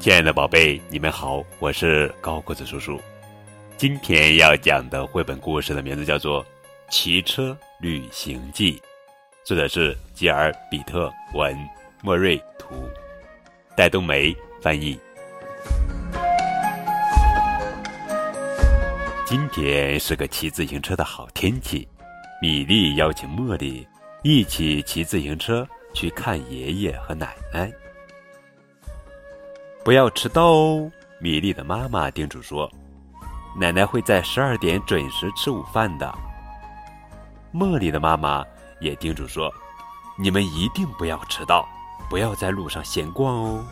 亲爱的宝贝，你们好，我是高个子叔叔。今天要讲的绘本故事的名字叫做《骑车旅行记》，作者是吉尔·比特文，莫瑞图，戴冬梅翻译。今天是个骑自行车的好天气，米莉邀请茉莉一起骑自行车去看爷爷和奶奶。不要迟到哦，米莉的妈妈叮嘱说，奶奶会在12点准时吃午饭的。茉莉的妈妈也叮嘱说，你们一定不要迟到，不要在路上闲逛哦。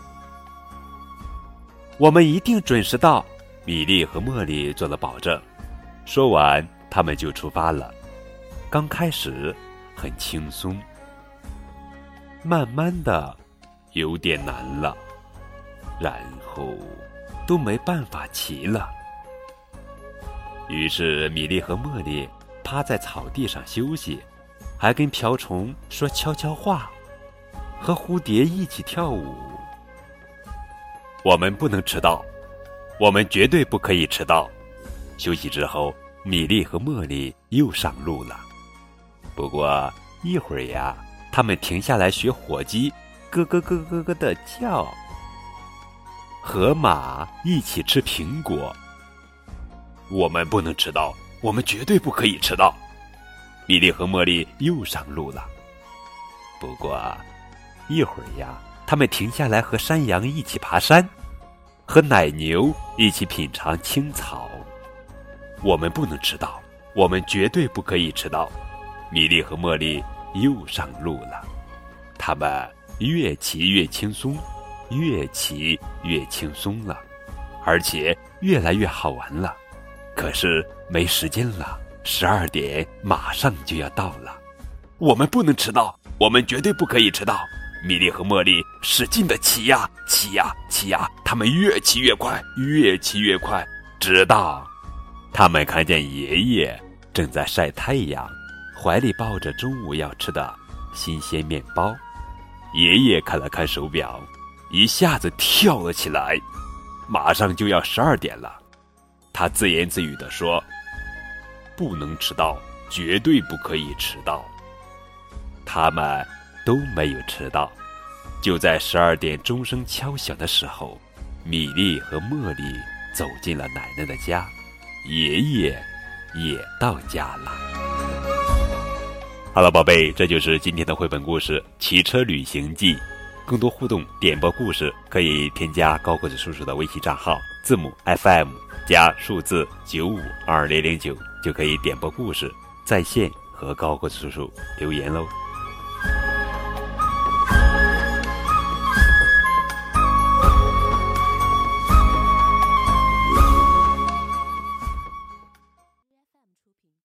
我们一定准时到，米莉和茉莉做了保证。说完，他们就出发了。刚开始很轻松，慢慢的有点难了，然后都没办法骑了。于是米莉和茉莉趴在草地上休息，还跟瓢虫说悄悄话，和蝴蝶一起跳舞。我们不能迟到，我们绝对不可以迟到。休息之后，米莉和茉莉又上路了。不过一会儿呀，他们停下来学火鸡咯咯咯咯咯地叫，和马一起吃苹果。我们不能迟到，我们绝对不可以迟到。米莉和茉莉又上路了。不过一会儿呀，他们停下来和山羊一起爬山，和奶牛一起品尝青草。我们不能迟到，我们绝对不可以迟到。米莉和茉莉又上路了。他们越骑越轻松，越骑越轻松了，而且越来越好玩了。可是没时间了，12点马上就要到了。我们不能迟到，我们绝对不可以迟到。米莉和茉莉使劲地骑呀骑呀骑呀，他们越骑越快，越骑越快，直到他们看见爷爷正在晒太阳，怀里抱着中午要吃的新鲜面包。爷爷看了看手表，一下子跳了起来，马上就要12点了。他自言自语地说，不能迟到，绝对不可以迟到。他们都没有迟到。就在12点钟声敲响的时候，米莉和茉莉走进了奶奶的家，爷爷也到家了。好了，宝贝，这就是今天的绘本故事《骑车旅行记》。更多互动点播故事，可以添加高个子叔叔的微信账号，字母 FM 加数字952009，就可以点播故事，在线和高个子叔叔留言喽。